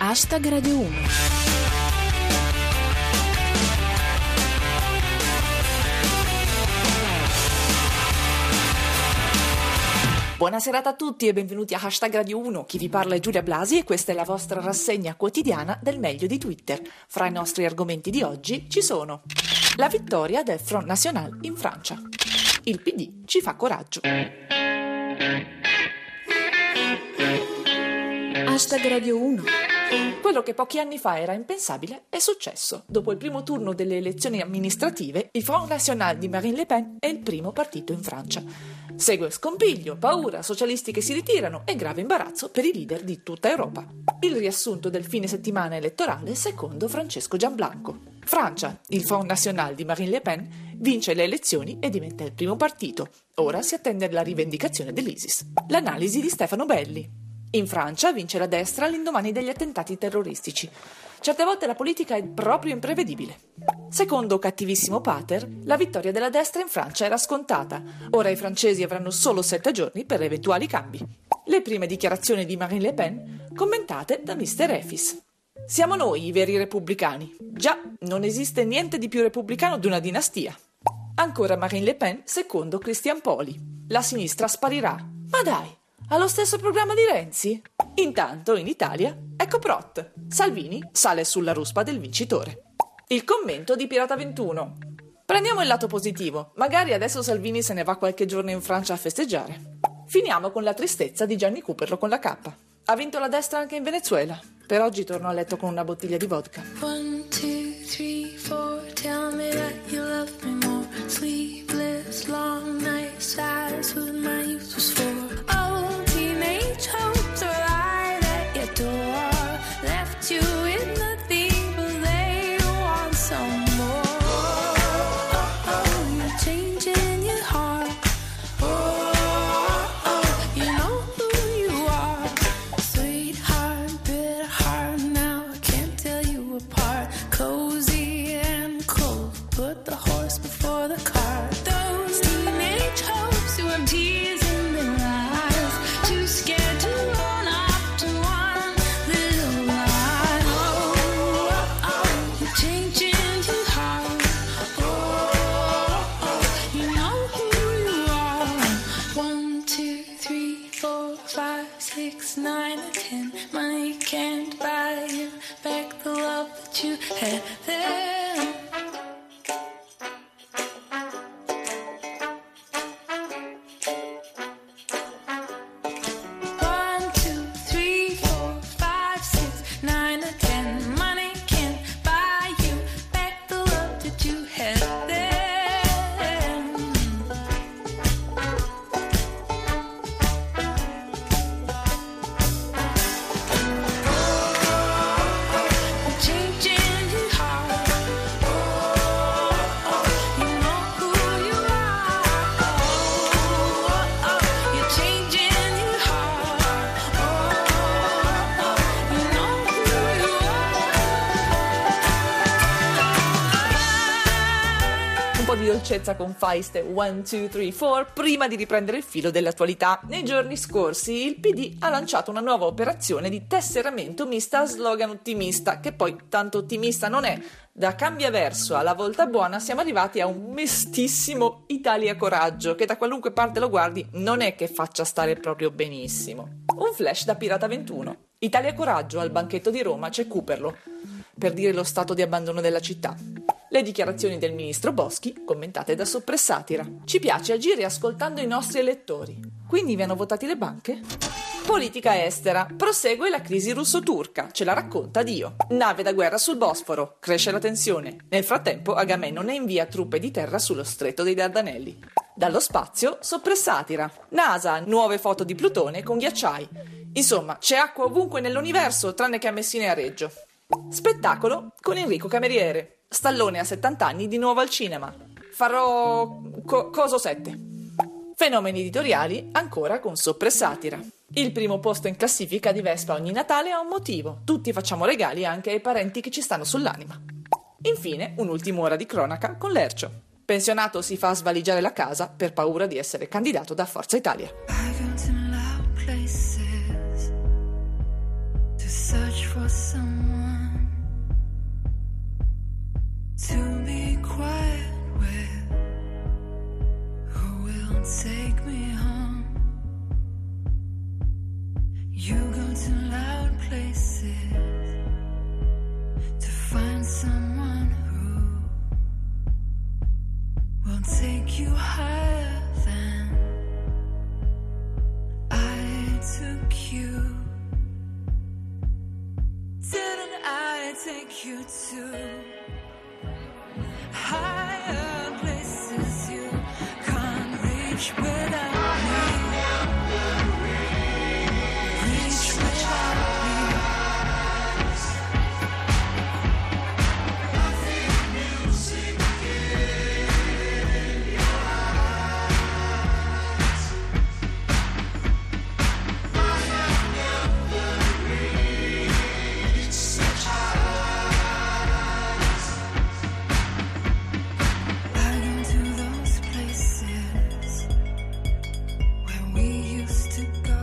Radio 1. Buona serata a tutti e benvenuti a Radio 1. Chi vi parla è Giulia Blasi e questa è la vostra rassegna quotidiana del meglio di Twitter. Fra i nostri argomenti di oggi ci sono la vittoria del Front National in Francia. Il PD ci fa coraggio. Radio 1. Quello che pochi anni fa era impensabile è successo. Dopo il primo turno delle elezioni amministrative, il Front National di Marine Le Pen è il primo partito in Francia. Segue scompiglio, paura, socialisti che si ritirano e grave imbarazzo per i leader di tutta Europa. Il riassunto del fine settimana elettorale secondo Francesco Gianblanco. Francia, il Front National di Marine Le Pen vince le elezioni e diventa il primo partito. Ora si attende la rivendicazione dell'ISIS. L'analisi di Stefano Belli. In Francia vince la destra all'indomani degli attentati terroristici. Certe volte la politica è proprio imprevedibile. Secondo Cattivissimo Pater, la vittoria della destra in Francia era scontata. Ora i francesi avranno solo 7 giorni per eventuali cambi. Le prime dichiarazioni di Marine Le Pen, commentate da Mr. Efis. Siamo noi i veri repubblicani. Già, non esiste niente di più repubblicano di una dinastia. Ancora Marine Le Pen, secondo Christian Poli. La sinistra sparirà. Ma dai! Ha lo stesso programma di Renzi? Intanto, in Italia, ecco Prot. Salvini sale sulla ruspa del vincitore. Il commento di Pirata 21. Prendiamo il lato positivo. Magari adesso Salvini se ne va qualche giorno in Francia a festeggiare. Finiamo con la tristezza di Gianni Cooperlo con la K. Ha vinto la destra anche in Venezuela. Per oggi torno a letto con una bottiglia di vodka. 1, 2, 3, 4, tell me that you love me more. Sleepless, long nights, eyes with my youth was for. Hopes are right at your door. Left you with nothing, but they want some more. You're changing your heart. You know who you are. Sweetheart, bitter heart. Now I can't tell you apart. Cozy and cold, put the horse before the cart. Those teenage hopes who have tears in their eyes, too scared. Money can't buy you back the love that you had then. One, two, three, four, five, six, 9 or 10. Money can't buy you back the love that you had then. Di dolcezza con Feist 1, 2, 3, 4 prima di riprendere il filo dell'attualità. Nei giorni scorsi il PD ha lanciato una nuova operazione di tesseramento mista a slogan ottimista, che poi tanto ottimista non è. Da Cambia Verso alla Volta Buona siamo arrivati a un mestissimo Italia Coraggio, che da qualunque parte lo guardi non è che faccia stare proprio benissimo. Un flash da Pirata 21. Italia Coraggio, al banchetto di Roma c'è Cooperlo, per dire lo stato di abbandono della città. Le dichiarazioni del ministro Boschi, commentate da Soppressatira. Ci piace agire ascoltando i nostri elettori. Quindi vi hanno votati le banche? Politica estera. Prosegue la crisi russo-turca. Ce la racconta Dio. Nave da guerra sul Bosforo. Cresce la tensione. Nel frattempo Agamennone invia truppe di terra sullo stretto dei Dardanelli. Dallo spazio, Soppressatira. NASA, nuove foto di Plutone con ghiacciai. Insomma, c'è acqua ovunque nell'universo tranne che a Messina e a Reggio. Spettacolo con Enrico Cameriere. Stallone a 70 anni di nuovo al cinema. Farò Coso 7. Fenomeni editoriali ancora con Soppressatira. Il primo posto in classifica di Vespa ogni Natale ha un motivo. Tutti facciamo regali anche ai parenti che ci stanno sull'anima. Infine, un'ultima ora di cronaca con Lercio. Pensionato si fa svaligiare la casa per paura di essere candidato da Forza Italia. for someone to be quiet with, who will take me home. You go to loud places to find someone who will take you higher than I took you. Didn't I take you to higher places you can't reach without me? Reach without me. Music in your eyes. I have never reached such heights. I go to those places where we used to go.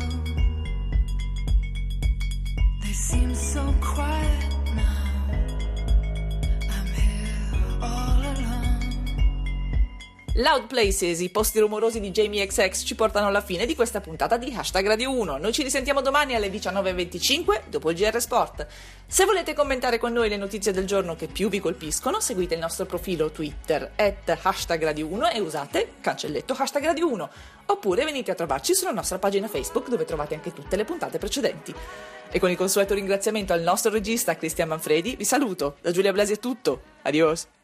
They seem so quiet now. I'm here all alone. Loud Places, i posti rumorosi di Jamie XX ci portano alla fine di questa puntata di Hashtag Radio 1. Noi ci risentiamo domani alle 19.25 dopo il GR Sport. Se volete commentare con noi le notizie del giorno che più vi colpiscono, seguite il nostro profilo Twitter #Hashtag Radio 1 e usate cancelletto Hashtag Radio 1. Oppure venite a trovarci sulla nostra pagina Facebook, dove trovate anche tutte le puntate precedenti. E con il consueto ringraziamento al nostro regista Cristian Manfredi vi saluto. Da Giulia Blasi è tutto. Adios.